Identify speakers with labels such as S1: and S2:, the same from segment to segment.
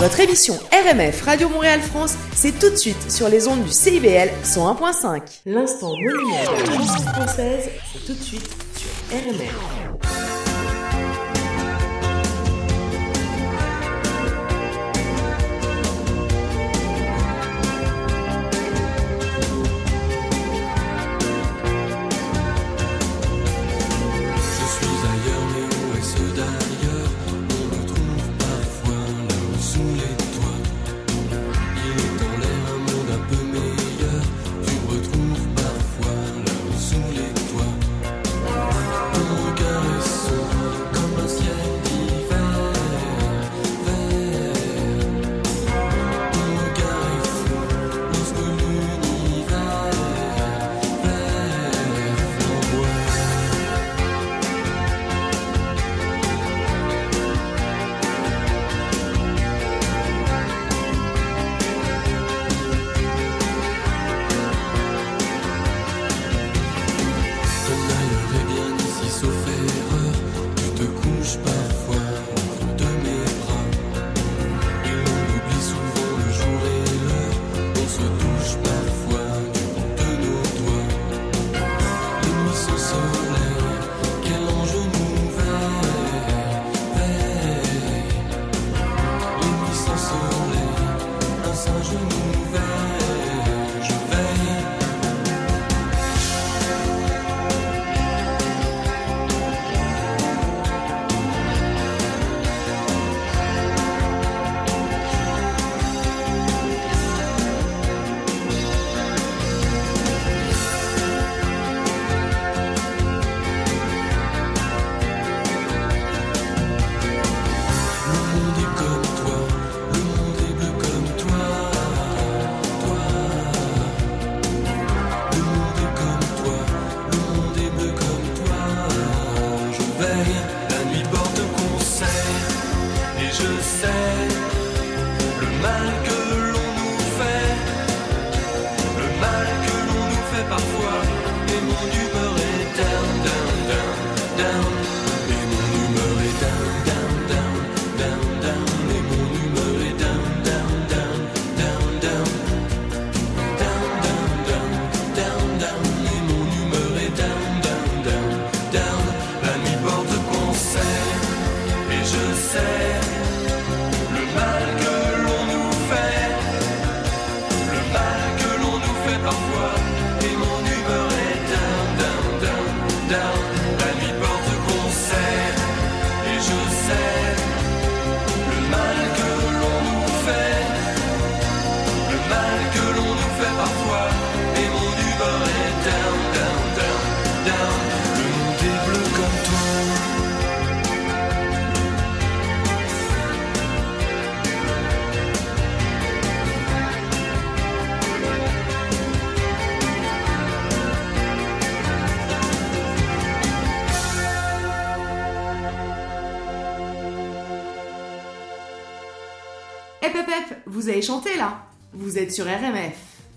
S1: Votre émission RMF Radio Montréal France, c'est tout de suite sur les ondes du CIBL 101.5. L'instant monument de la chanson française, c'est tout de suite sur RMF.
S2: Vous avez chanté là. Vous êtes sur RMF.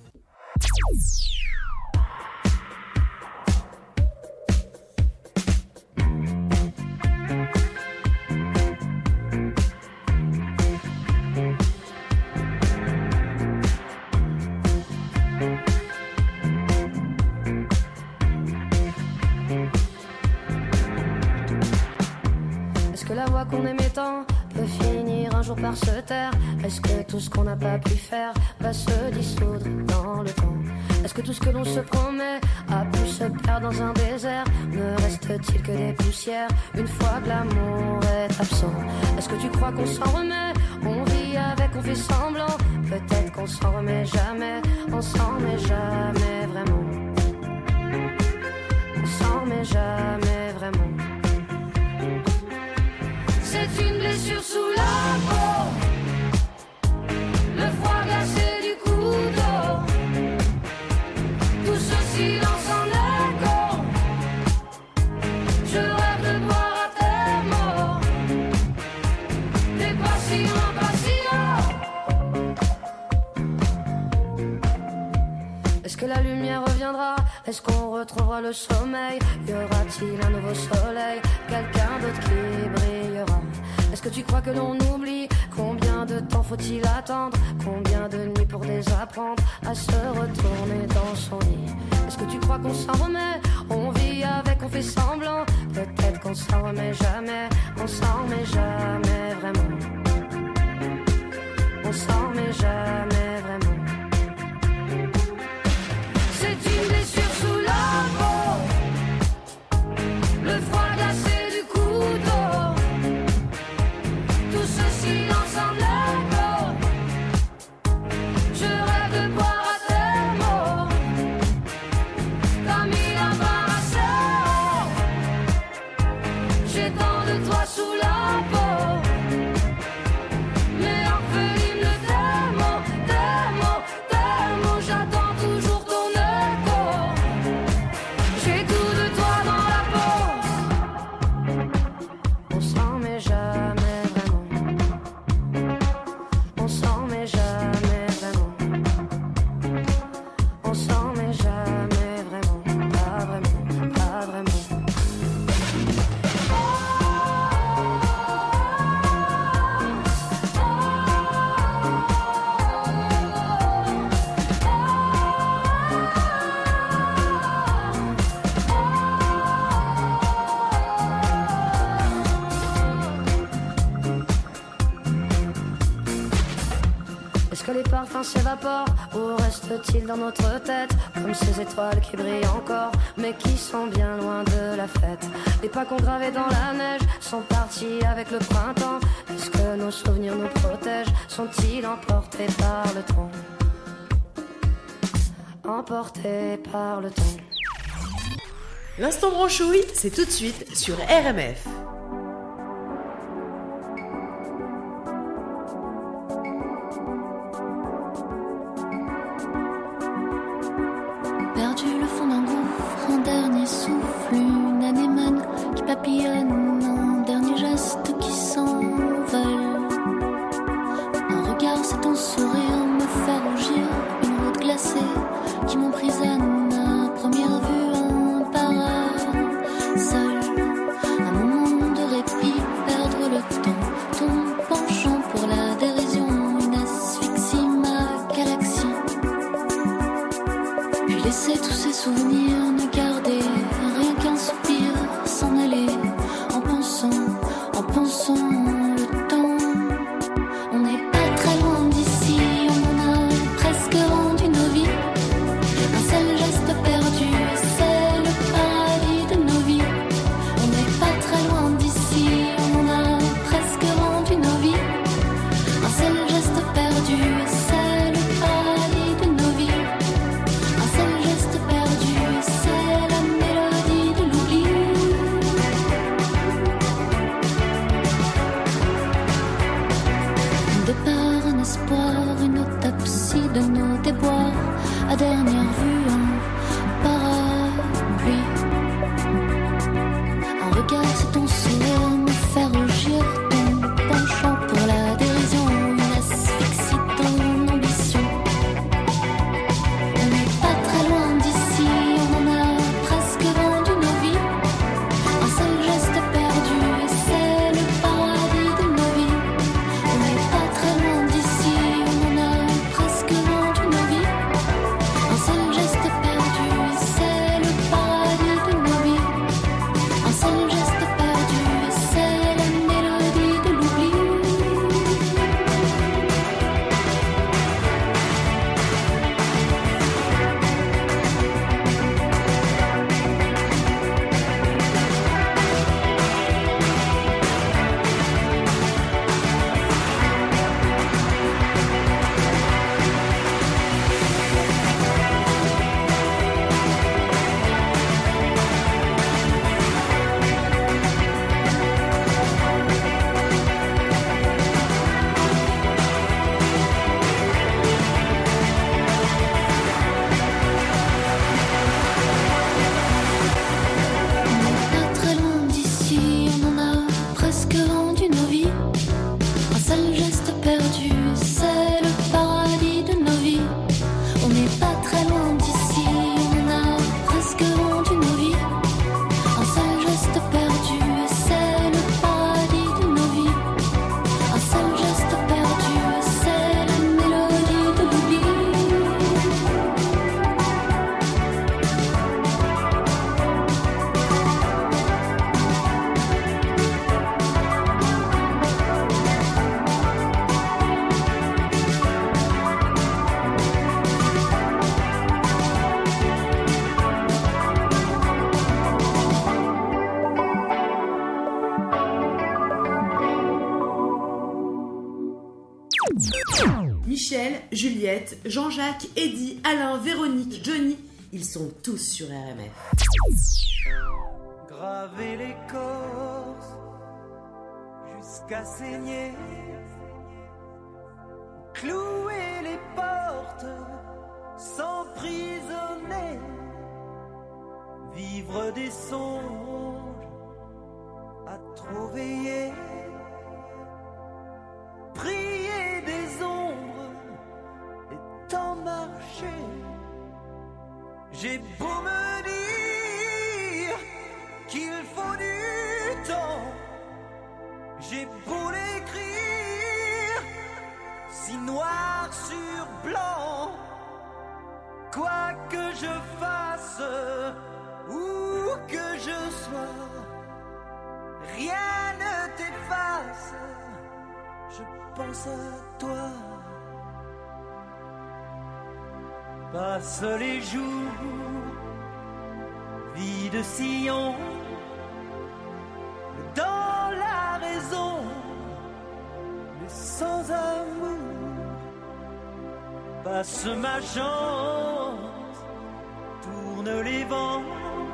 S3: Est-ce que la voix qu'on aimait tant peut finir un jour par se taire? Est-ce que tout ce qu'on n'a pas pu faire va se dissoudre dans le temps? Est-ce que tout ce que l'on se promet a pu se perdre dans un désert? Ne reste-t-il que des poussières une fois que l'amour est absent? Est-ce que tu crois qu'on s'en remet? On vit avec, on fait semblant. Peut-être qu'on s'en remet jamais. On s'en remet jamais vraiment. On s'en remet jamais vraiment. C'est une blessure sous la peau, le froid glacé du couteau, tout ce silence en écho. Je rêve de boire à tes mots, t'es pas si loin, pas si haut. Est-ce que la lumière reviendra? Est-ce qu'on retrouvera le sommeil? Y aura-t-il un nouveau soleil? Quelqu'un d'autre qui brillera? Est-ce que tu crois que l'on oublie combien Combien de temps faut-il attendre? Combien de nuits pour désapprendre à se retourner dans son lit? Est-ce que tu crois qu'on s'en remet? On vit avec, on fait semblant. Peut-être qu'on s'en remet jamais. On s'en remet jamais vraiment. On s'en remet jamais vraiment. C'est une blessure sous la peau, le froid glacé du couteau, tout ce silence en écho. Je rêve de boire à tes mots, t'as mis la barre assez haut. J'ai tant de toi sous la peau, mais orpheline de tes mots, tes mots, tes mots. J'attends toujours ton écho. J'ai tout de toi dans la peau. On s'en met jamais vraiment. On s'en met jamais vraiment. On s'en met jamais vraiment. Pas vraiment, pas vraiment. Est-ce que les parfums s'évaporent ou restent-ils dans notre tête comme ces étoiles qui brillent encore mais qui sont bien loin de la fête? Les pas qu'on gravait dans la neige sont partis avec le printemps. Est-ce que nos souvenirs nous protègent? Sont-ils emportés par le temps? Emportés par le temps.
S1: L'instant branchouille, c'est tout de suite sur RMF.
S4: Perdu le fond d'un gouffre, un dernier souffle, une anémone qui papillonne, un dernier geste qui s'envole. Un regard, c'est ton sourire, me fait rougir, une route glacée qui m'emprisonne, à première vue un parasol. Un moment de répit, perdre le temps, ton penchant pour la dérision, une asphyxie, ma galaxie. Puis laisser tous ces souvenirs, ne garder rien qu'un soupir, s'en aller en pensant le temps. On n'est pas très loin d'ici, on en a presque rendu nos vies. Un seul geste perdu, c'est le paradis de nos vies. On n'est pas très loin d'ici, on en a presque rendu nos vies. Un seul geste perdu, c'est le paradis de nos vies. Un seul geste perdu, c'est la mélodie de l'oubli. Un départ, un espoir, une autopsie de nos déboires. À dernière vue, un parapluie. Un regard, c'est ton sourire, me fait rougir, ton penchant pour la dérision, une asphyxie, ton ambition. On n'est pas très loin d'ici, on en a presque vendu nos vies. Un seul geste perdu, c'est le paradis de nos vies. On n'est pas très loin d'ici, on en a presque vendu nos vies. Un seul geste perdu.
S2: Michel, Juliette, Jean-Jacques, Eddy, Alain, Véronique, Johnny, ils sont tous sur RMF.
S5: Graver l'écorce jusqu'à saigner, clouer les portes, s'emprisonner, vivre des songes à trop veiller, prier des ombres et tant marcher. J'ai beau me dire qu'il faut du temps, j'ai beau l'écrire si noir sur blanc, quoi que je fasse, où que je sois, rien ne t'efface, je pense à toi. Passent les jours, vie de sillon, dans la raison, mais sans amour. Passe ma chance, tourne les vents,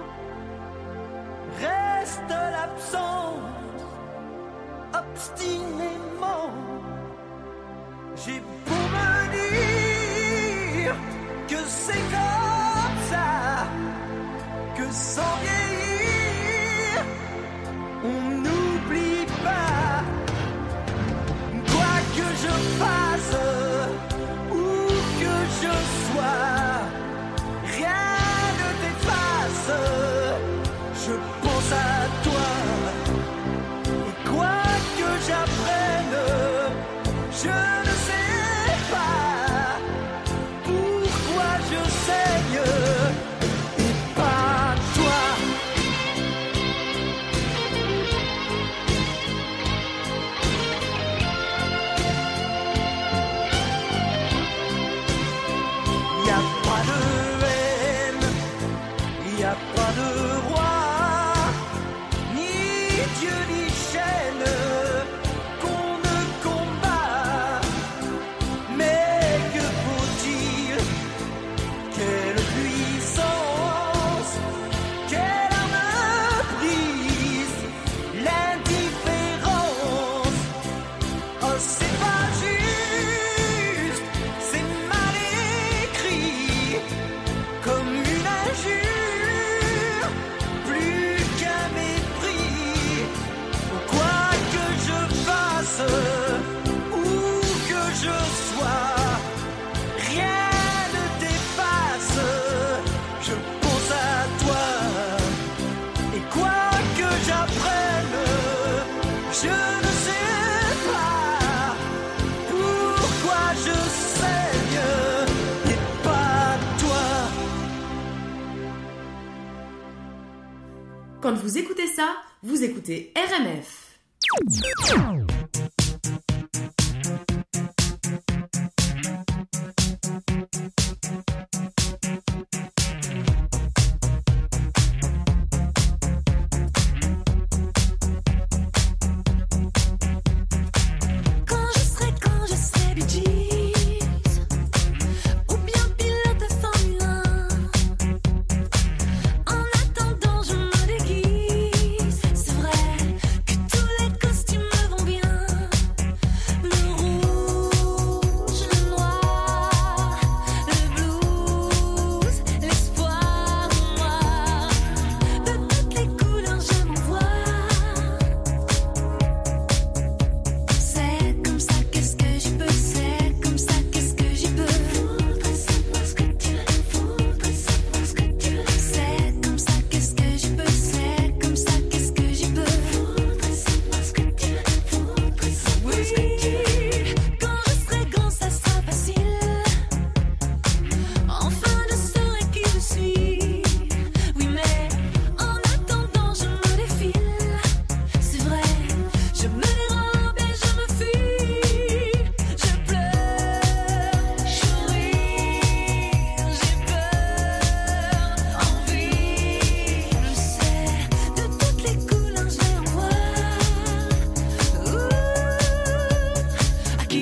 S5: reste l'absence, obstinément. J'ai beau me dire que c'est comme ça, que sans vieillir, on n'oublie pas. Quoi que je fasse, où que je sois, rien ne t'efface, je pense à toi. Et quoi que j'apprenne, je ne sais pas pourquoi je saigne et pas toi. Y a pas de haine, y a pas de roi, ni Dieu ni chaîne qu'on ne combat. Mais que faut-il? Quelle puissance, quelle arme brise l'indifférence. Oh, c'est pas juste, c'est mal écrit, comme une injure, plus qu'un mépris. Quoi que je fasse, où que je sois, rien ne t'efface, je pense à toi. Et quoi que j'apprenne, je ne sais pas pourquoi je saigne et pas toi.
S2: Quand vous écoutez ça, vous écoutez RMF.
S4: Quand je serai Bee Gees, ou bien pilote de Formule 1, en attendant je me déguise. C'est vrai que tous les costumes me vont bien, le rouge, le noir, le blues, l'espoir en moi, de toutes les couleurs je m'envoie. C'est comme ça, qu'est-ce que je peux, c'est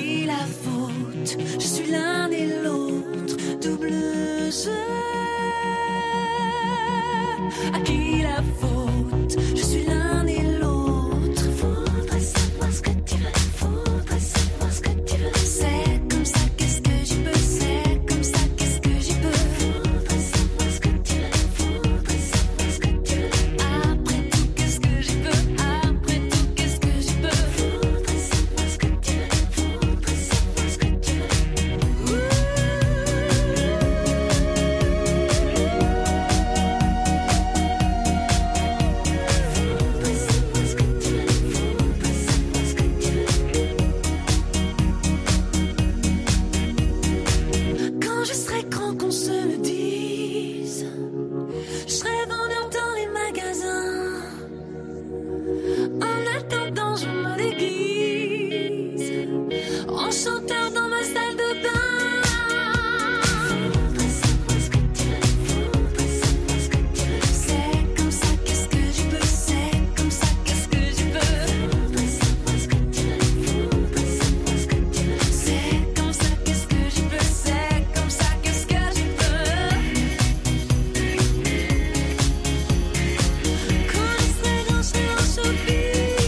S4: qui la faute? Je suis l'un et l'autre, double jeu. À qui la faute? Je suis l'un et l'autre. Faudrait savoir ce que tu veux. Faudrait savoir ce que tu veux. C'est comme ça, qu'est-ce que j'y peux? C'est comme ça, qu'est-ce que j'y peux? Faudrait savoir ce que tu veux. Faudrait savoir ce que tu veux. Après tout, qu'est-ce que j'y peux? Après tout, qu'est-ce que j'y peux? Faudrait savoir ce que tu veux. Faudrait savoir ce que tu veux. Quand je serai grand, qu'on se le dise, je serai vendeur dans les magasins. En attendant, je me déguise en chanteur dans ma salle de bain. Faudrait savoir ce que tu veux. Faudrait savoir ce que tu veux. C'est comme ça, qu'est-ce que j'y peux? C'est comme ça, qu'est-ce que j'y peux? Faudrait savoir ce que tu veux. Faudrait savoir ce que tu veux. C'est comme ça, qu'est-ce que j'y peux? C'est comme ça, qu'est-ce que j'y peux? Quand je serai grand, je serai en showbiz.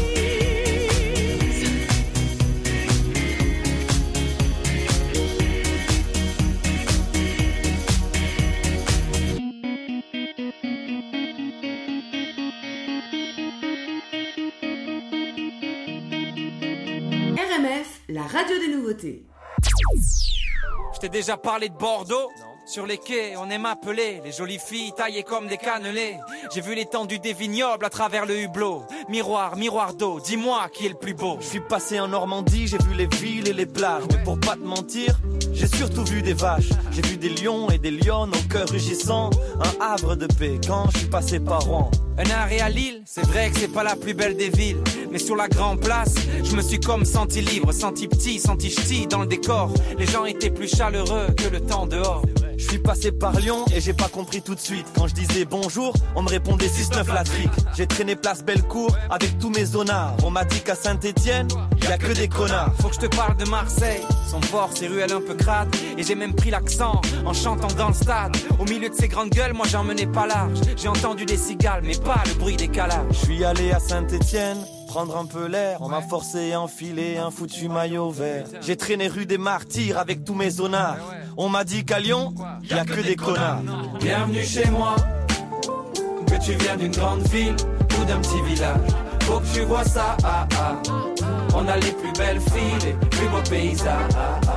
S2: RMF, la radio des nouveautés.
S6: Je t'ai déjà parlé de Bordeaux. Sur les quais, on aime appeler les jolies filles taillées comme des cannelés. J'ai vu l'étendue des vignobles à travers le hublot. Miroir, miroir d'eau, dis-moi qui est le plus beau.
S7: Je suis passé en Normandie, j'ai vu les villes et les plages. Mais pour pas te mentir, j'ai surtout vu des vaches. J'ai vu des lions et des lionnes au cœur rugissant. Un havre de paix quand je suis passé par Rouen.
S6: Un arrêt à Lille, c'est vrai que c'est pas la plus belle des villes. Mais sur la grande place, je me suis comme senti libre, senti petit, senti ch'ti dans le décor. Les gens étaient plus chaleureux que le temps dehors.
S7: Je suis passé par Lyon et j'ai pas compris tout de suite. Quand je disais bonjour, on me répondait 6-9 la trique. J'ai traîné place Bellecour avec tous mes zonards. On m'a dit qu'à Saint-Étienne, y'a que des connards.
S6: Faut que je te parle de Marseille, son port, ses ruelles un peu crades. Et j'ai même pris l'accent en chantant dans le stade. Au milieu de ces grandes gueules, moi j'en menais pas large. J'ai entendu des cigales, mais pas le bruit des calages.
S7: Je suis allé à Saint-Étienne prendre un peu l'air, on m'a forcé à enfiler un foutu maillot vert. J'ai traîné rue des Martyrs avec tous mes zonards. On m'a dit qu'à Lyon, y'a que des connards.
S6: Bienvenue chez moi, que tu viens d'une grande ville ou d'un petit village. Faut que tu vois ça, ah, ah. On a les plus belles filles, les plus beaux paysages.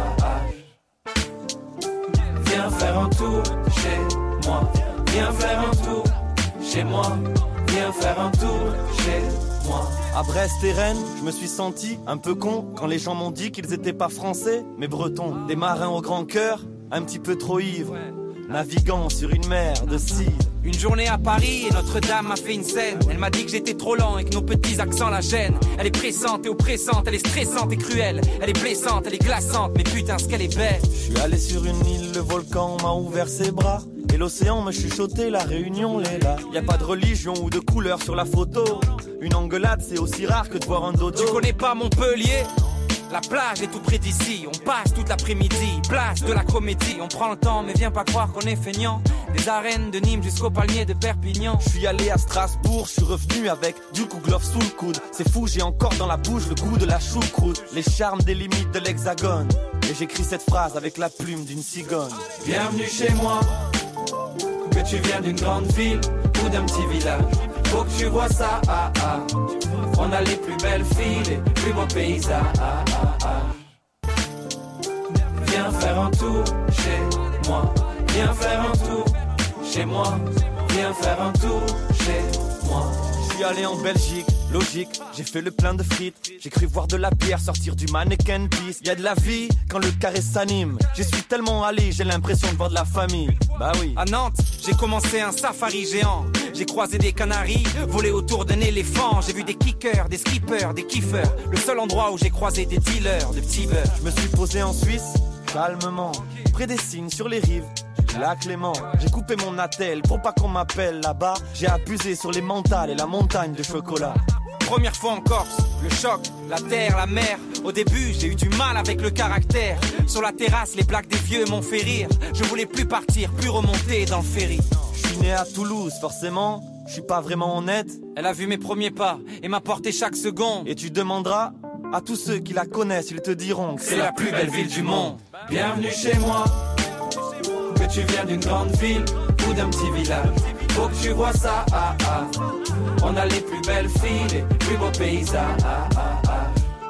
S6: Viens faire un tour chez moi. Viens faire un tour chez moi. Viens faire un tour chez moi.
S7: À Brest et Rennes, je me suis senti un peu con quand les gens m'ont dit qu'ils étaient pas français, mais bretons. Des marins au grand cœur, un petit peu trop ivres, naviguant sur une mer de cire.
S6: Une journée à Paris et Notre-Dame m'a fait une scène. Elle m'a dit que j'étais trop lent et que nos petits accents la gênent. Elle est pressante et oppressante, elle est stressante et cruelle. Elle est blessante, elle est glaçante, mais putain ce qu'elle est belle.
S7: Je suis allé sur une île, le volcan m'a ouvert ses bras. Et l'océan me chuchotait, la Réunion l'est là. Y a pas de religion ou de couleur sur la photo. Une engueulade c'est aussi rare que de voir un dodo.
S6: Tu connais pas Montpellier ? La plage est tout près d'ici, on passe toute l'après-midi, place de la comédie, on prend le temps mais viens pas croire qu'on est feignant. Des arènes de Nîmes jusqu'au palmier de Perpignan.
S7: Je suis allé à Strasbourg, je suis revenu avec du Kouglof sous le coude. C'est fou, j'ai encore dans la bouche le goût de la choucroute. Les charmes des limites de l'hexagone. Et j'écris cette phrase avec la plume d'une cigogne.
S6: Bienvenue chez moi, que tu viens d'une grande ville ou d'un petit village. Faut que tu vois ça, ah, ah. On a les plus belles filles, les plus beaux paysages. Viens faire un tour chez moi. Viens faire un tour chez moi. Viens faire un tour chez moi.
S7: Je suis allé en Belgique, logique, j'ai fait le plein de frites. J'ai cru voir de la bière sortir du mannequin piece. Y'a de la vie quand le carré s'anime. J'y suis tellement allé, j'ai l'impression de voir de la famille. Bah oui.
S6: À Nantes, j'ai commencé un safari géant. J'ai croisé des canaris, volé autour d'un éléphant. J'ai vu des kickers, des skippers, des kiffeurs. Le seul endroit où j'ai croisé des dealers de petits beurre.
S7: Je me suis posé en Suisse, calmement, près des cygnes sur les rives. Là Clément, j'ai coupé mon attel pour pas qu'on m'appelle là-bas. J'ai abusé sur les mentales et la montagne de chocolat.
S6: Première fois en Corse, le choc, la terre, la mer. Au début, j'ai eu du mal avec le caractère. Sur la terrasse, les blagues des vieux m'ont fait rire. Je voulais plus partir, plus remonter dans le ferry.
S7: Je suis né à Toulouse, forcément, je suis pas vraiment honnête.
S6: Elle a vu mes premiers pas et m'a porté chaque seconde.
S7: Et tu demanderas à tous ceux qui la connaissent, ils te diront que
S6: c'est la plus belle ville du monde. Bienvenue chez moi, que tu viens d'une grande ville ou d'un petit village. Faut que tu vois ça, ah, ah. On a les plus belles filles, les plus beaux paysages, ah, ah, ah.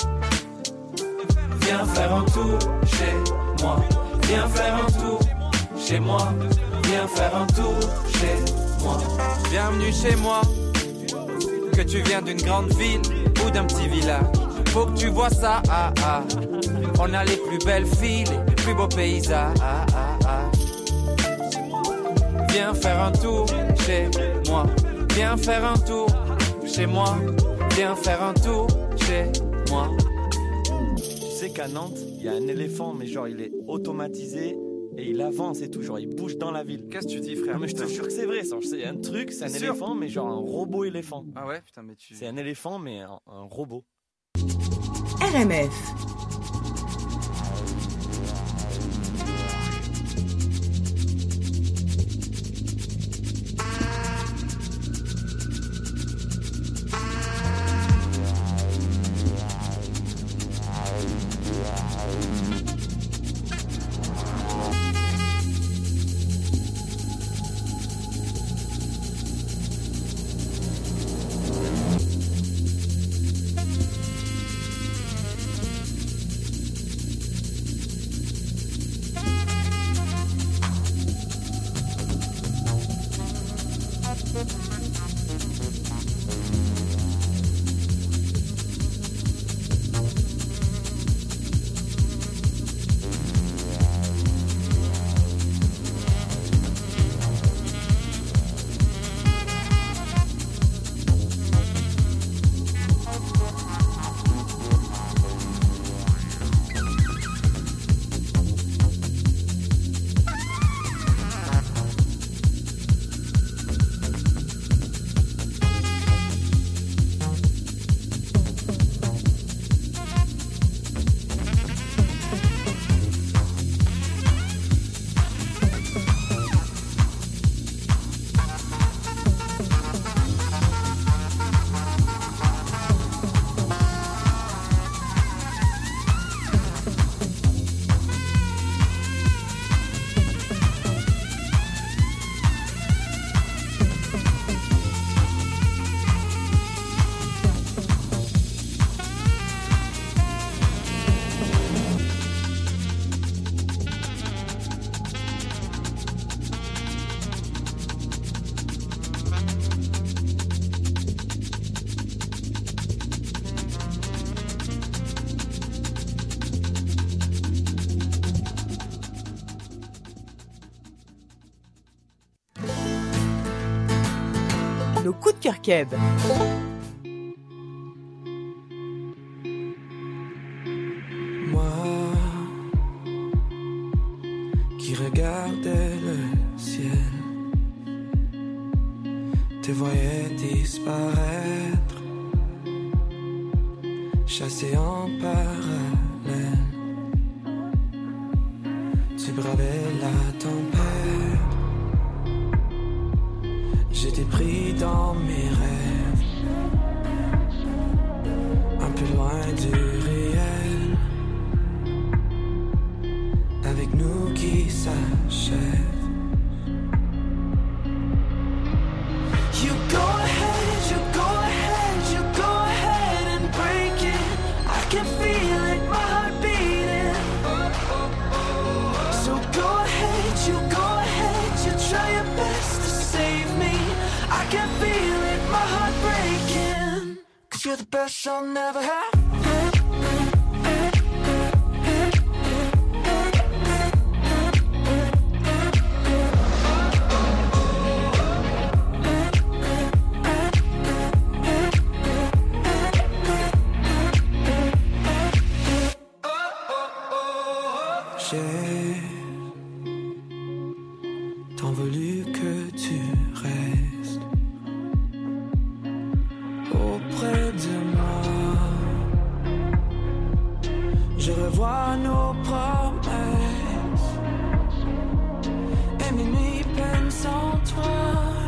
S6: Viens faire un tour chez moi. Viens faire un tour chez moi. Viens faire un tour chez moi. Bienvenue chez moi, que tu viens d'une grande ville ou d'un petit village. Faut que tu vois ça, ah, ah. On a les plus belles filles, les plus beaux paysages, ah, ah, ah. Viens faire un tour chez moi. Viens faire un tour chez moi. Viens faire un tour chez moi.
S7: Tu sais qu'à Nantes, il y a un éléphant, mais genre il est automatisé et il avance et tout, genre il bouge dans la ville.
S6: Qu'est-ce que tu dis, frère?
S7: Non, mais je te jure que c'est vrai, ça. C'est un truc, c'est un éléphant, mais genre un robot éléphant.
S6: Ah ouais, putain, mais tu...
S7: C'est un éléphant, mais un robot.
S1: RMF. Nos coups de cœur Keb.
S5: Moi qui regardais le ciel, te voyais disparaître, chassé en parallèle. Tu bravais la tempête, j'étais pris dans mes rêves, un peu loin du réel, avec nous qui s'achève. You go ahead, you go ahead, you go ahead and break it. I can feel it, my heart beating. So go ahead, you try your best to save me. I can feel it, my heart breaking. 'Cause you're the best I'll never have. J'ai tant voulu que tu restes auprès de nos promesses et mes nuits pleines sans toi.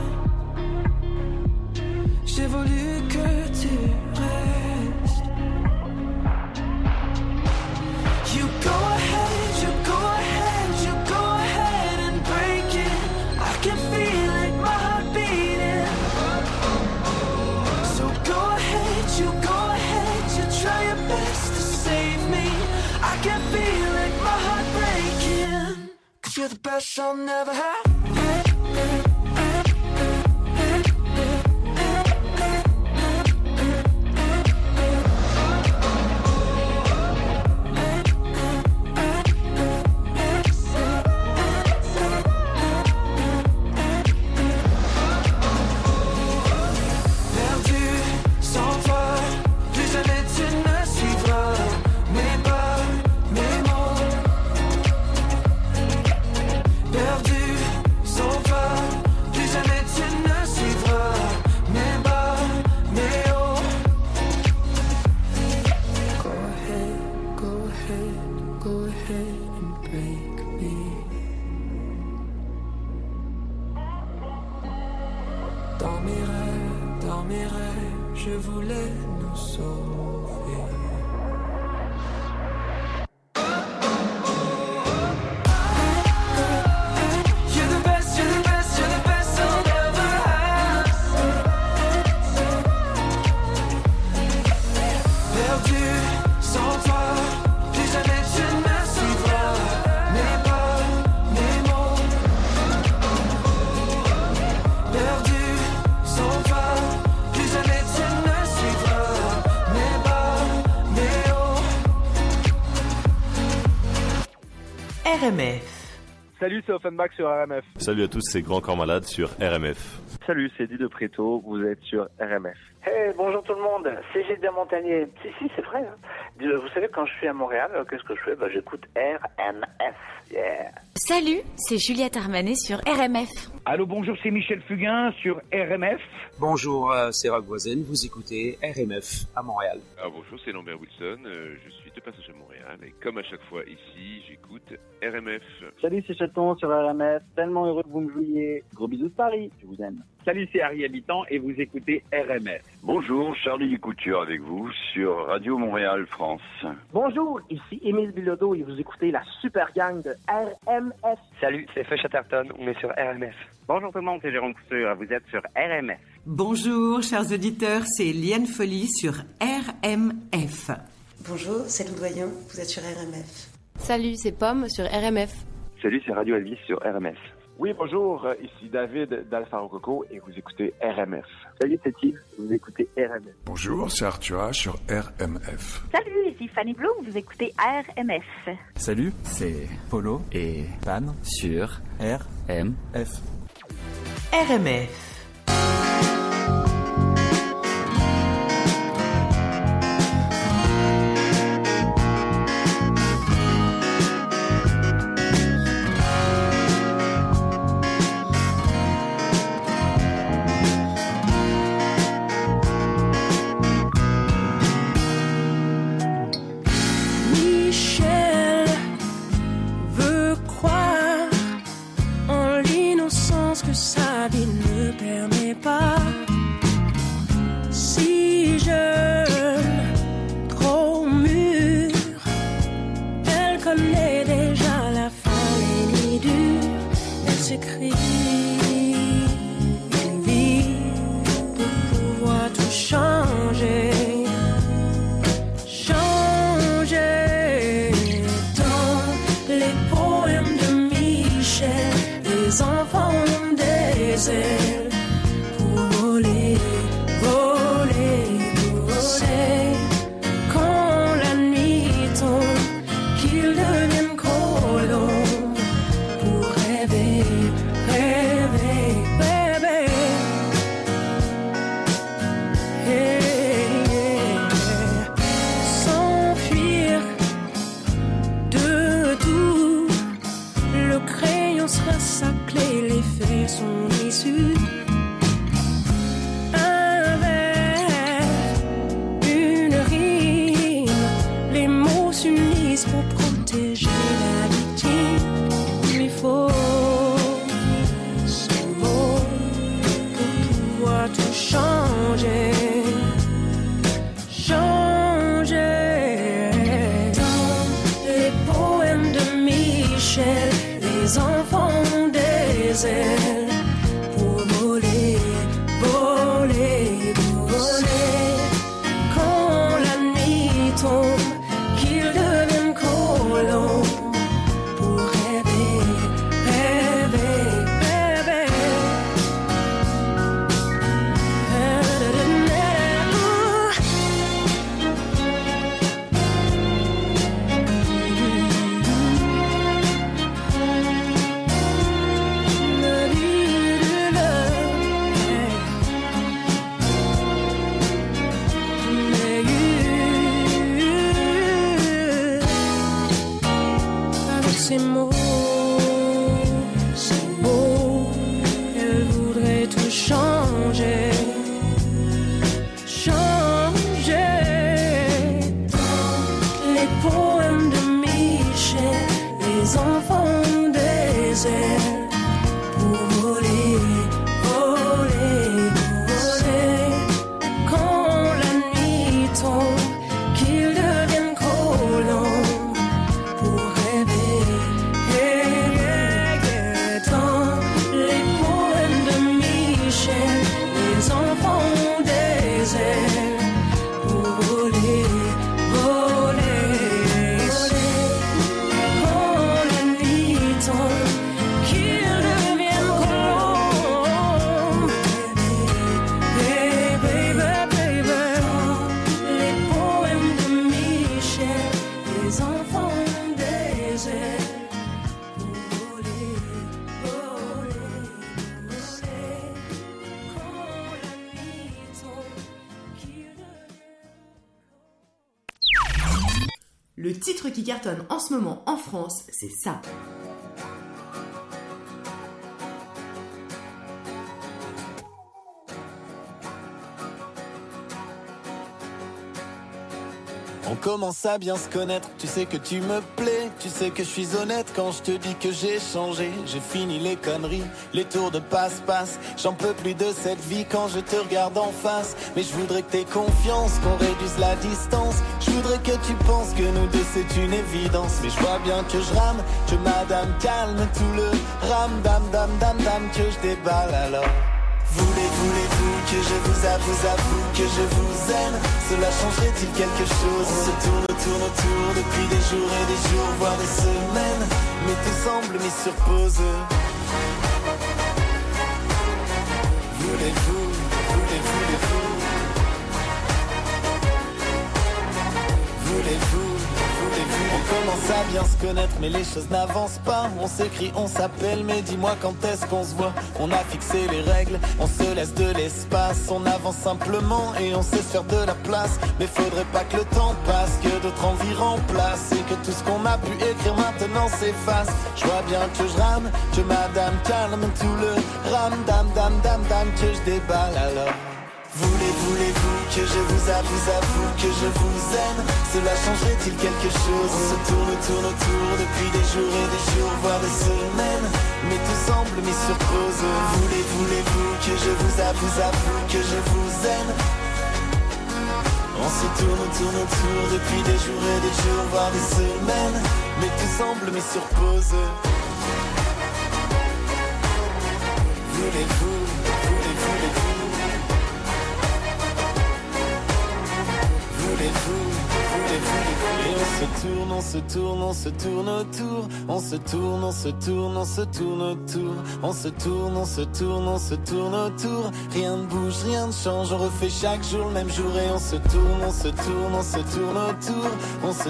S5: J'ai voulu que tu restes. You go ahead, you go ahead, you go ahead and break it. I can feel it, my heart beating. So go ahead, you try your best to save me. I can feel it, my heart breaking. 'Cause you're the best I'll never have. Dans mes rêves, je voulais nous sauver. You're the best, you're the best, you're the best I'll ever have. Perdu sans toi, plus jamais tu ne suivras mes pas, mes mots. Perdu sans toi, plus jamais tu ne suivras mes pas, mes hauts.
S1: RMF.
S8: Salut, c'est Offenbach sur RMF.
S9: Salut à tous, c'est Grand Corps Malade sur RMF.
S8: Salut, c'est Eddie de Préto, vous êtes sur RMF.
S10: Hey, bonjour tout le monde, c'est Gilles Montagnier. Si, c'est vrai. Hein. Vous savez, quand je suis à Montréal, qu'est-ce que je fais? J'écoute RMF. Yeah.
S11: Salut, c'est Juliette Armanet sur RMF.
S12: Allô, bonjour, c'est Michel Fugain sur RMF.
S13: Bonjour, c'est Rock Voisine, vous écoutez RMF à Montréal.
S14: Bonjour, c'est Lambert Wilson, je suis de passage à Montréal et comme à chaque fois ici, j'écoute RMF.
S15: Salut, c'est Chaton sur RMF, tellement heureux que vous me jouiez. Gros bisous de Paris, je vous aime.
S12: Salut, c'est Harry Habitant et vous écoutez RMF.
S16: Bonjour, Charlie Couture avec vous sur Radio Montréal France.
S17: Bonjour, ici Émile Bilodeau et vous écoutez la super gang de RMF.
S18: Salut, c'est Feu Chatterton, on est sur RMF.
S19: Bonjour tout le monde, c'est Jérôme Couture, vous êtes sur RMF.
S20: Bonjour, chers auditeurs, c'est Liane Folly sur RMF.
S21: Bonjour, c'est Loudoyen, vous êtes sur RMF.
S22: Salut, c'est Pomme sur RMF.
S23: Salut, c'est Radio Elvis sur RMF.
S24: Oui, bonjour, ici David d'Alpha Rococo et vous écoutez RMF.
S15: Salut, c'est Yves, vous écoutez RMF.
S25: Bonjour, c'est Arthur sur RMF.
S26: Salut, ici Fanny Bloom, vous écoutez RMF.
S27: Salut, c'est Polo et Pan sur RMF.
S1: RMF.
S5: Sa vie ne permet pas. Si jeune, trop mûre, elle connaît déjà la fin, les nuits dures. Elle s'écrit une vie pour pouvoir tout changer. Changer dans les poèmes de Michel, les enfants pour voler, voler, voler. Quand la nuit tombe, qu'ils deviennent colons pour rêver, rêver, rêver. S'enfuir de tout, le crayon sera sa clé, les faits sont issus des ailes pour voler, voler, voler. Quand la nuit tombe, qu'ils deviennent colons pour rêver, rêver, rêver. Ces mots, elle voudrait tout changer, changer. Dans les poèmes de Michel, les enfants des ailes pour voler, voler, voler. Quand la nuit tombe, qu'ils deviennent colons. Les enfants des ailes pour voler, voler, voler. Quand la nuit tombe, qu'ils deviennent colons. Baby, baby, baby. Les poèmes de Michel, les enfants des ailes pour voler, voler, voler.
S1: Le titre qui cartonne en ce moment en France, c'est ça.
S2: On commence à bien se connaître, tu sais que tu me plais, tu sais que je suis honnête quand je te dis que j'ai changé. J'ai fini les conneries, les tours de passe-passe, j'en peux plus de cette vie quand je te regarde en face. Mais je voudrais que t'aies confiance, qu'on réduise la distance, je voudrais que tu penses que nous deux c'est une évidence. Mais je vois bien que je rame, que madame calme tout le ram, dam, dam, dam, dam, que je déballe alors. Voulez-vous que je vous avoue que je vous aime? Cela changerait-il quelque chose? On se tourne autour depuis des jours et des jours, voire des semaines, mais tout semble mis sur pause. Voulez-vous? On commence à bien se connaître mais les choses n'avancent pas. On s'écrit, on s'appelle mais dis-moi quand est-ce qu'on se voit. On a fixé les règles, on se laisse de l'espace. On avance simplement et on sait se faire de la place. Mais faudrait pas que le temps passe, que d'autres envies remplacent, et que tout ce qu'on a pu écrire maintenant s'efface. Je vois bien que je rame, que madame calme tout le ram, dam, dam, dam, dam, que je déballe alors. Voulez-vous que je vous avoue que je vous aime? Cela changerait-il quelque chose? On se tourne autour depuis des jours et des jours, voire des semaines, mais tout semble mis sur pause. Voulez-vous que je vous avoue que je vous aime? On se tourne autour depuis des jours et des jours, voire des semaines, mais tout semble mis sur pause. Voulez-vous? Et on se tourne autour, on se tourne autour, rien ne bouge, rien ne change, on refait chaque jour le même jour et on se tourne autour, on se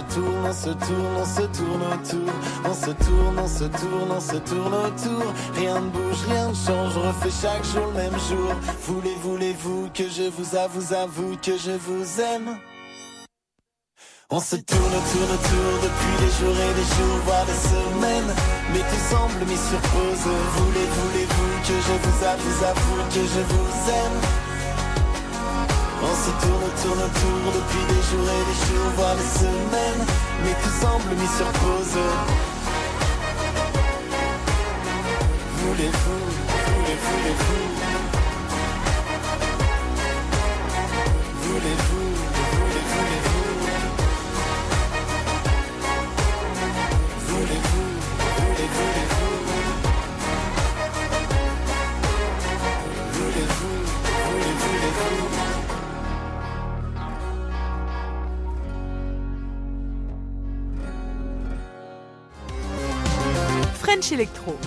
S2: tourne autour, rien ne bouge, rien ne change, on refait chaque jour le même jour. Voulez-vous que je vous avoue que je vous aime? On se tourne autour depuis des jours et des jours, voire des semaines, mais tout semble mis sur pause. Voulez-vous que je vous avoue que je vous aime? On se tourne autour depuis des jours et des jours, voire des semaines, mais tout semble mis sur pause. Voulez-vous?
S1: French Electro.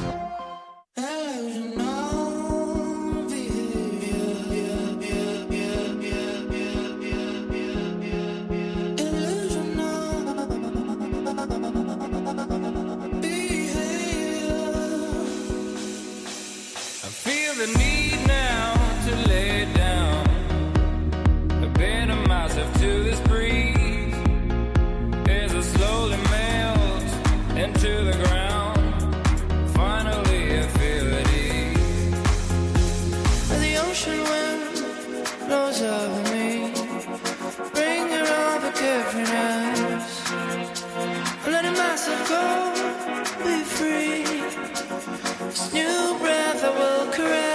S5: The need now to lay down, abandon myself to this breeze as I slowly melt into the ground. Finally I feel at ease. The ocean wind blows over me, bringing all the difference, letting myself go, be free. This new breath I will caress.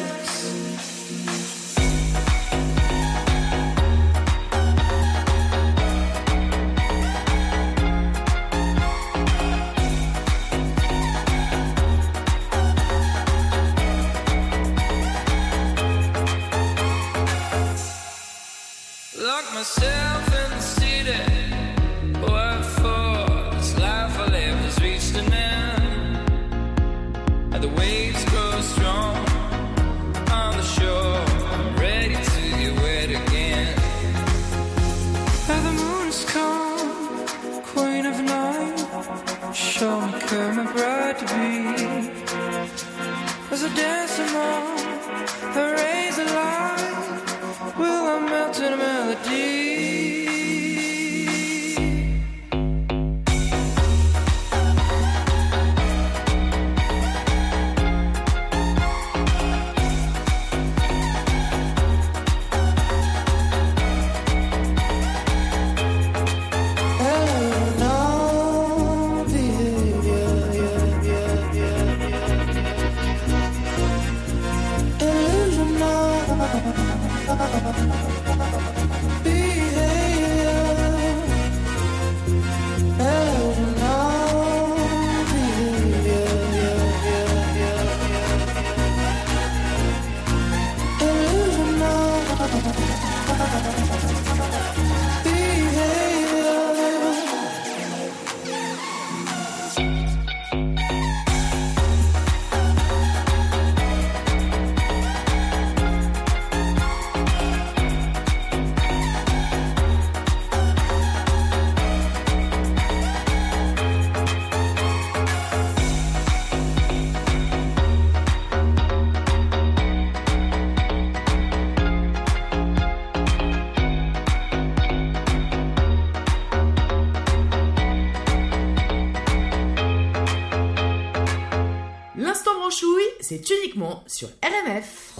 S5: Lock myself in the city. What for? This life I live has reached an end. The waves grow strong on the shore. I'm ready to get wet again. The moon is calm, queen of night. Show me come my bride to be. As I dance among the rays of light, will I melt in a melody?
S1: C'est uniquement sur RMF.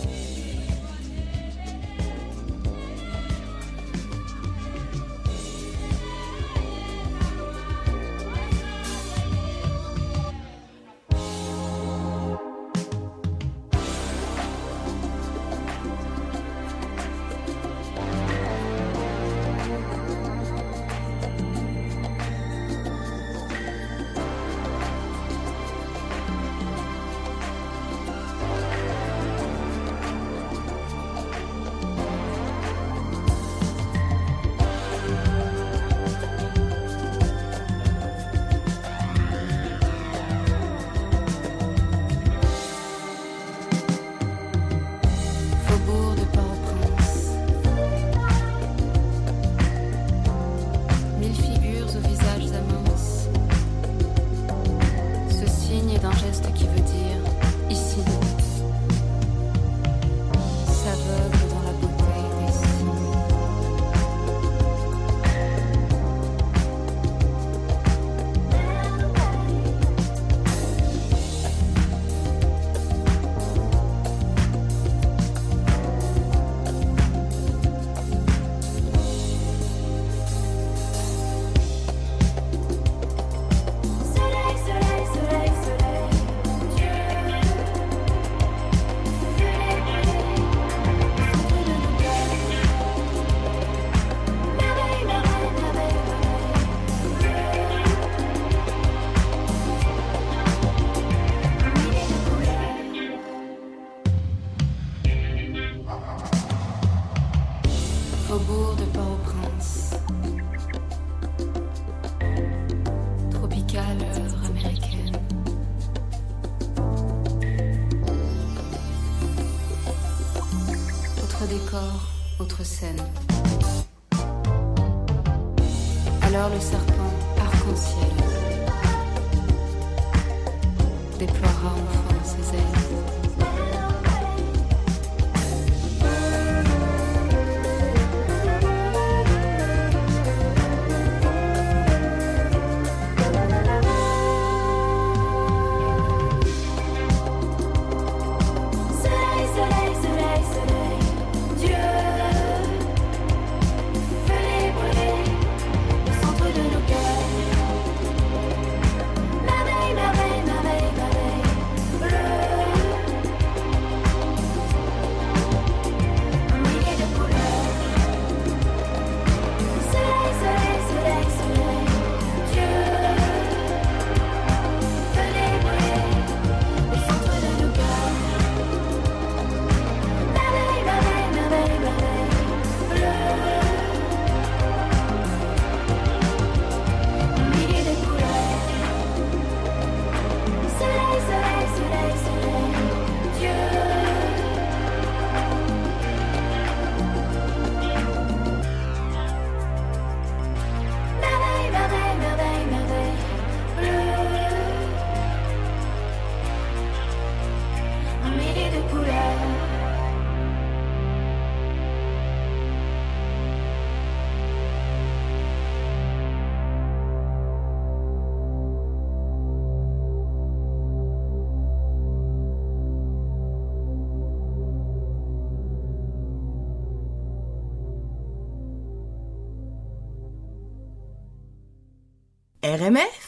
S3: encore autre scène. Alors le serpent arc-en-ciel déploiera enfin ses ailes.
S1: RMF.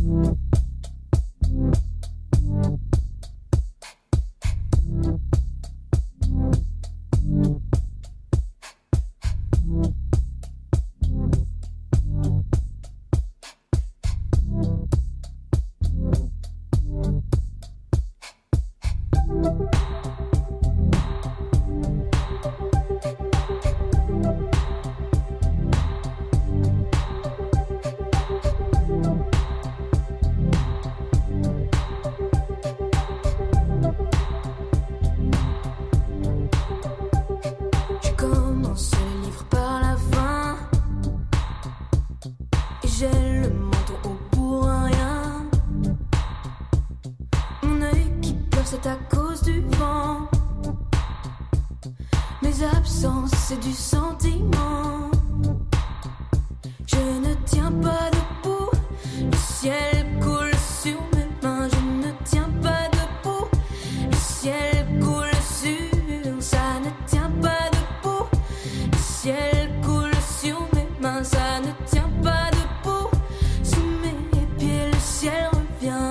S4: C'est du sentiment. Je ne tiens pas debout. Le ciel coule sur mes mains. Je ne tiens pas debout. Le ciel coule sur. Ça ne tient pas debout. Le ciel coule sur mes mains. Ça ne tient pas debout. Sous mes pieds, le ciel revient.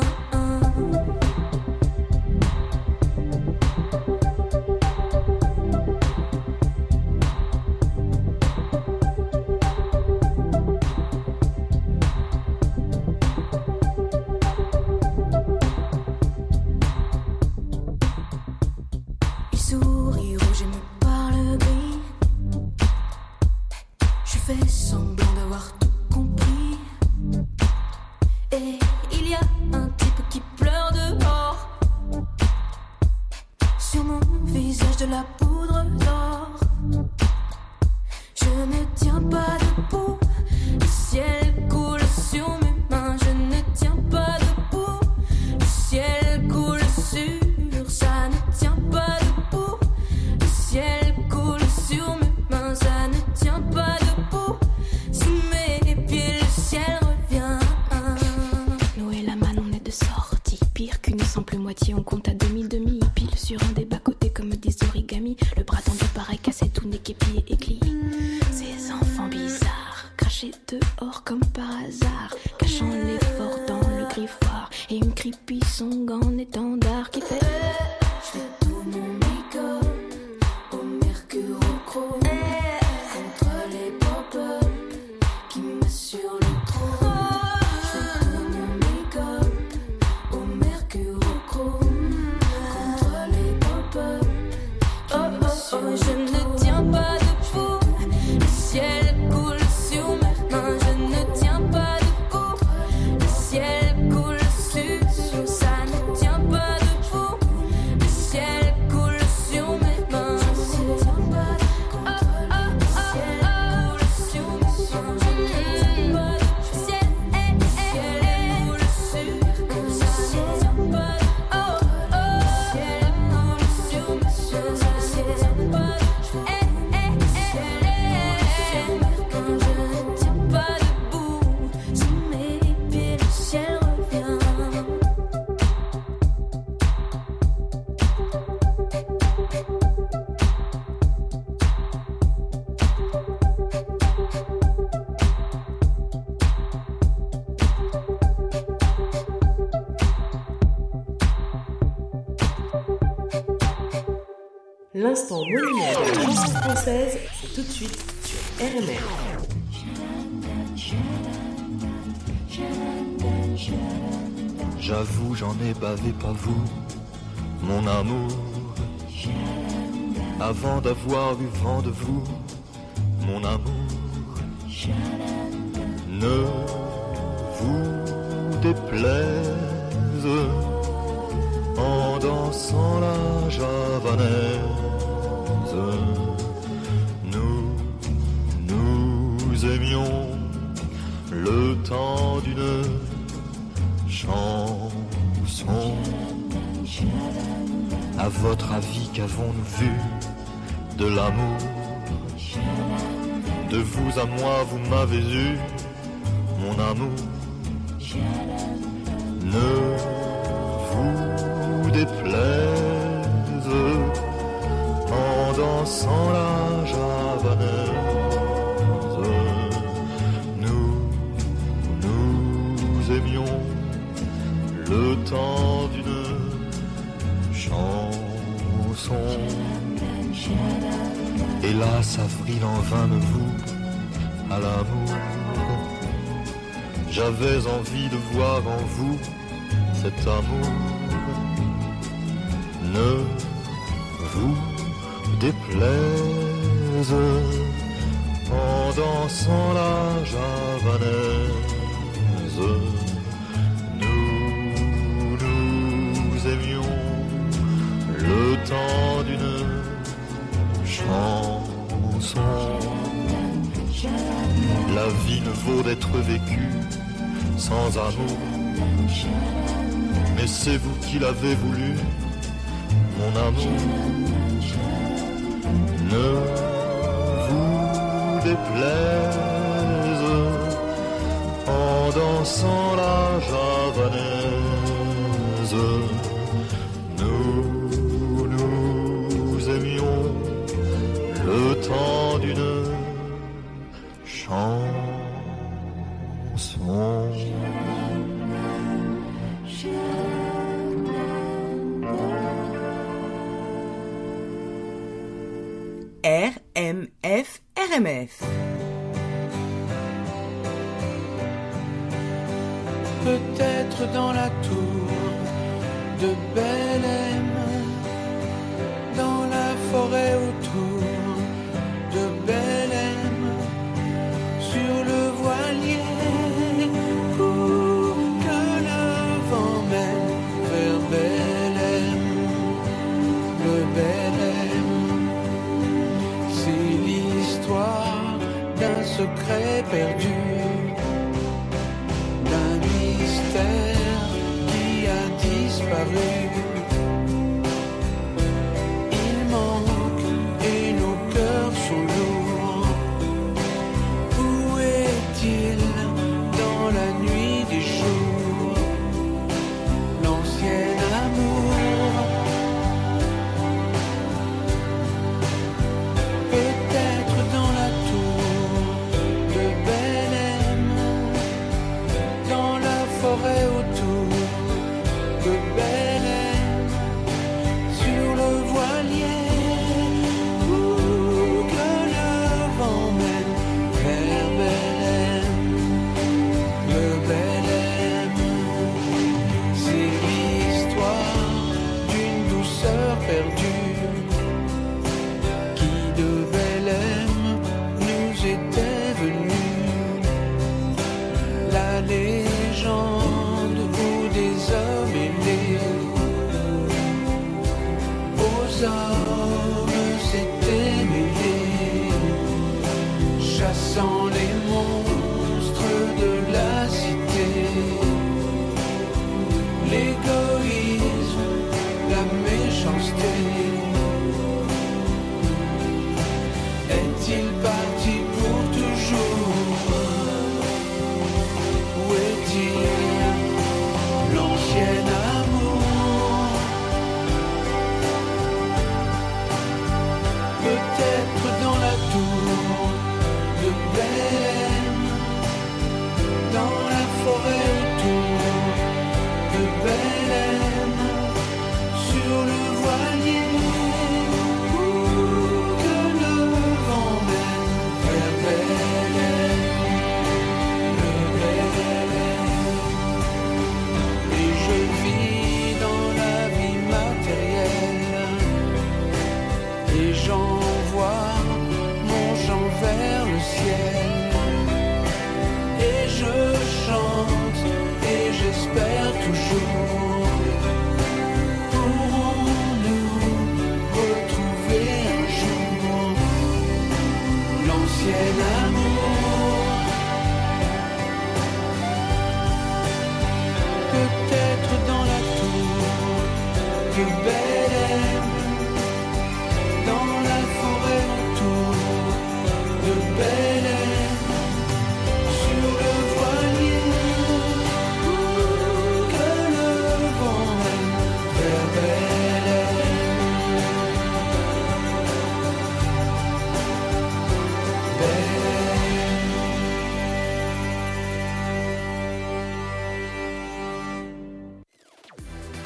S4: Ciel coule
S1: L'instant monument de la chanson française, c'est tout de suite sur RMF.
S6: J'avoue, j'en ai bavé, pas vous, mon amour. Avant d'avoir eu vent de vous, mon amour. Ne vous déplaise en dansant la javanaise. Nous aimions le temps d'une chanson. À votre avis, qu'avons-nous vu de l'amour? De vous à moi, vous m'avez eu, mon amour. Ne vous déplaise en dansant la javanaise. Nous aimions le temps d'une chanson. Hélas, avril en vain me voue à l'amour. J'avais envie de voir en vous cet amour. Ne vous déplaise en dansant la javanaise. Nous aimions le temps d'une chanson. La vie ne vaut d'être vécue sans amour. Mais c'est vous qui l'avez voulu, mon amour. Ne vous déplaise en dansant la javanaise. Nous aimions le temps d'une chanson.
S1: RMF.
S7: Peut-être dans la tour de Belém, dans la forêt autour de Belém, sur le voilier, pour que le vent mène vers Belém, le Belém. C'est l'histoire d'un secret perdu, d'un mystère qui a disparu. Il manque et nos cœurs sont lourds. Où est-il dans la nuit des jours, l'ancien amour? Peut-être dans la tour de Belém, dans la forêt autour de Belém, sur le voilier, pour que le vent mène vers Belém, le Belém. C'est l'histoire d'une douceur perdue qui de Belém nous était venue. La légende où des hommes aimés aux hommes s'étaient mêlés, chassant les monstres de la cité. L'égoïsme, la méchanceté. Est-il parti pour toujours? Où est-il, l'ancien amour? Peut-être dans la tour de Belém, dans la forêt autour de Belém, sur le voilier, pour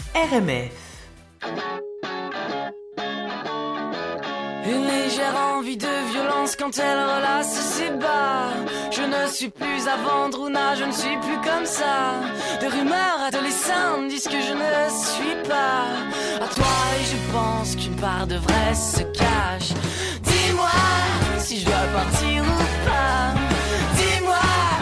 S1: RMF.
S8: Une légère envie de violence quand elle relasse ses bas. Je ne suis plus à vendre, Ouna, je ne suis plus comme ça. De rumeurs adolescentes disent que je ne suis pas à toi. Et je pense qu'une part de vrai se cache. Dis-moi si je dois partir ou pas. Dis-moi.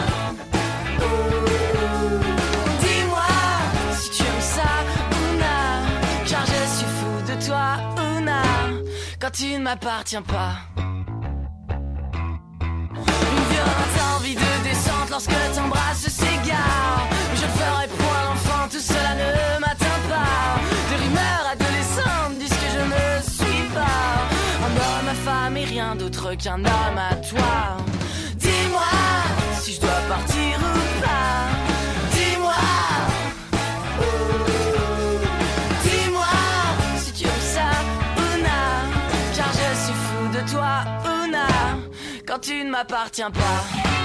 S8: Dis-moi si tu aimes ça, Ouna. Car je suis fou de toi, Ouna. Quand tu ne m'appartiens pas. Une violente envie de descente lorsque t'embrasses s'égare. Mais je le ferai pour un enfant, tout cela ne m'atteint pas. Des rumeurs adolescentes disent que je ne suis pas un homme à femme et rien d'autre qu'un homme à toi. Dis-moi si je dois partir ou pas. Dis-moi. Toi, Ouna, quand tu ne m'appartiens pas.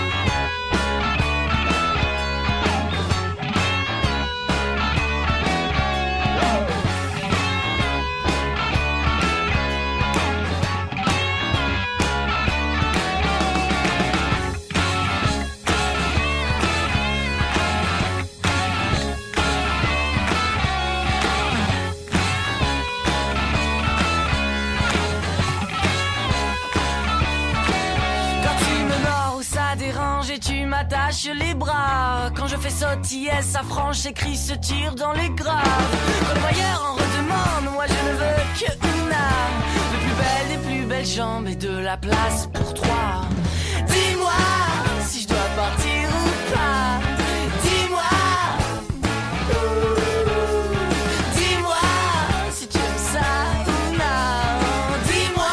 S8: Et tu m'attaches les bras. Quand je fais sautiller sa frange, ses cris se tirent dans les graves. Quand le voyeur en redemande, moi je ne veux que Ouna. Les plus belles des plus belles jambes et de la place pour trois. Dis-moi si je dois partir ou pas. Dis-moi. Dis-moi si tu aimes ça, Ouna. Dis-moi.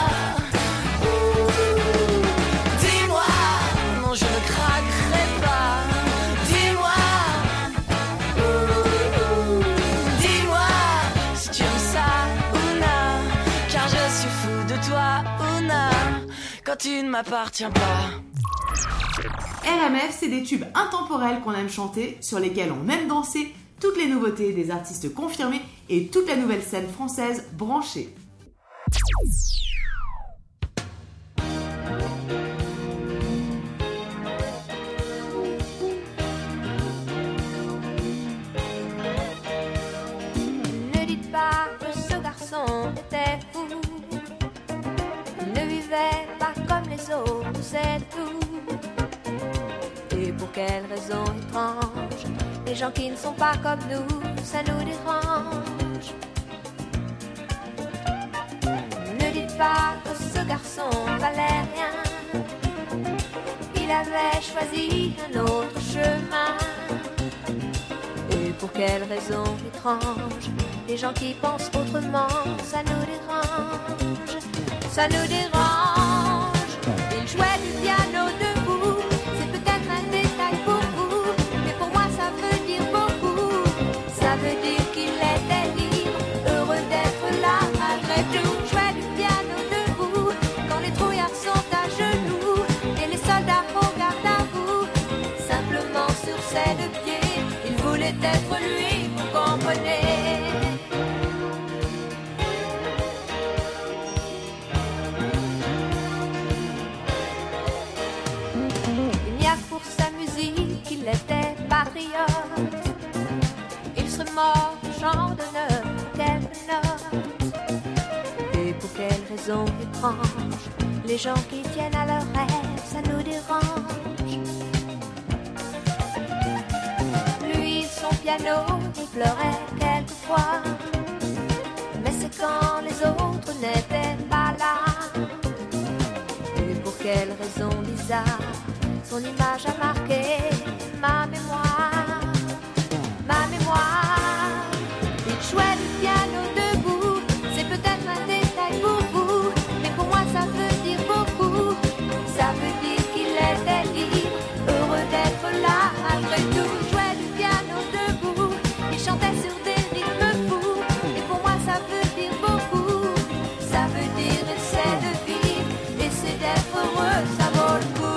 S8: Je ne craquerai pas. Dis-moi. Dis-moi si tu aimes ça, Ouna. Car je suis fou de toi, Ouna. Quand tu ne m'appartiens pas.
S1: RMF, c'est des tubes intemporels qu'on aime chanter, sur lesquels on aime danser, toutes les nouveautés des artistes confirmés et toute la nouvelle scène française branchée.
S9: Était fou, il ne vivait pas comme les autres, c'est tout. Et pour quelle raison étrange, les gens qui ne sont pas comme nous, ça nous dérange. Ne dites pas que ce garçon valait rien, il avait choisi un autre chemin. Et pour quelle raison étrange, les gens qui pensent autrement, ça nous dérange, ça nous dérange. Il jouait du piano debout, c'est peut-être un détail pour vous, mais pour moi ça veut dire beaucoup. Ça veut dire qu'il était libre, heureux d'être là malgré tout. Jouait du piano debout, quand les trouillards sont à genoux, et les soldats regardent à vous, simplement sur ses deux pieds. Il voulait être lui, vous comprenez. Il était patriote, il serait mort champ d'honneur pour quelques notes. Et pour quelle raison étrange, les gens qui tiennent à leurs rêves, ça nous dérange. Lui, son piano, il pleurait quelquefois, mais c'est quand les autres n'étaient pas là. Et pour quelle raison bizarre, son image a marqué ma mémoire, ma mémoire. Il jouait du piano debout, c'est peut-être un détail pour vous, mais pour moi ça veut dire beaucoup. Ça veut dire qu'il était libre, heureux d'être là malgré tout. Il jouait du piano debout, il chantait sur des rythmes fous, et pour moi ça veut dire beaucoup. Ça veut dire essaie de vivre, essaie d'être heureux, ça vaut le coup.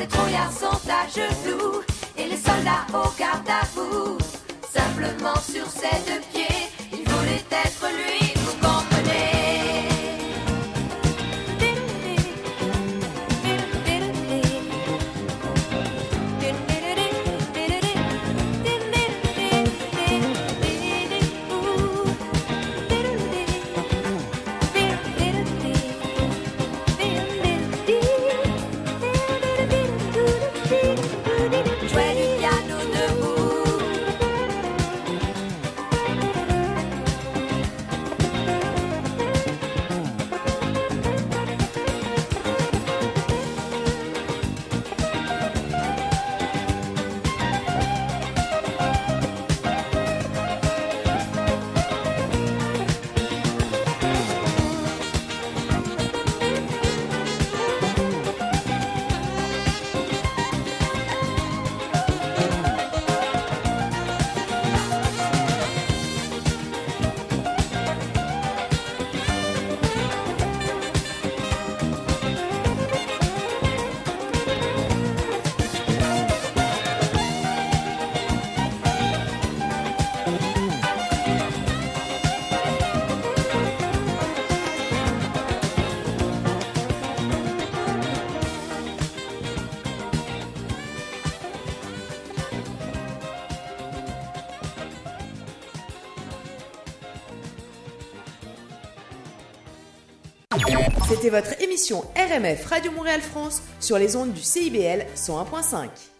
S9: les trouillards sont à genoux et les soldats au garde à vous. Simplement sur ses deux pieds, il voulait être lui, vous comprenez. Jouer du piano debout.
S1: C'était votre émission RMF Radio Montréal France sur les ondes du CIBL 101.5.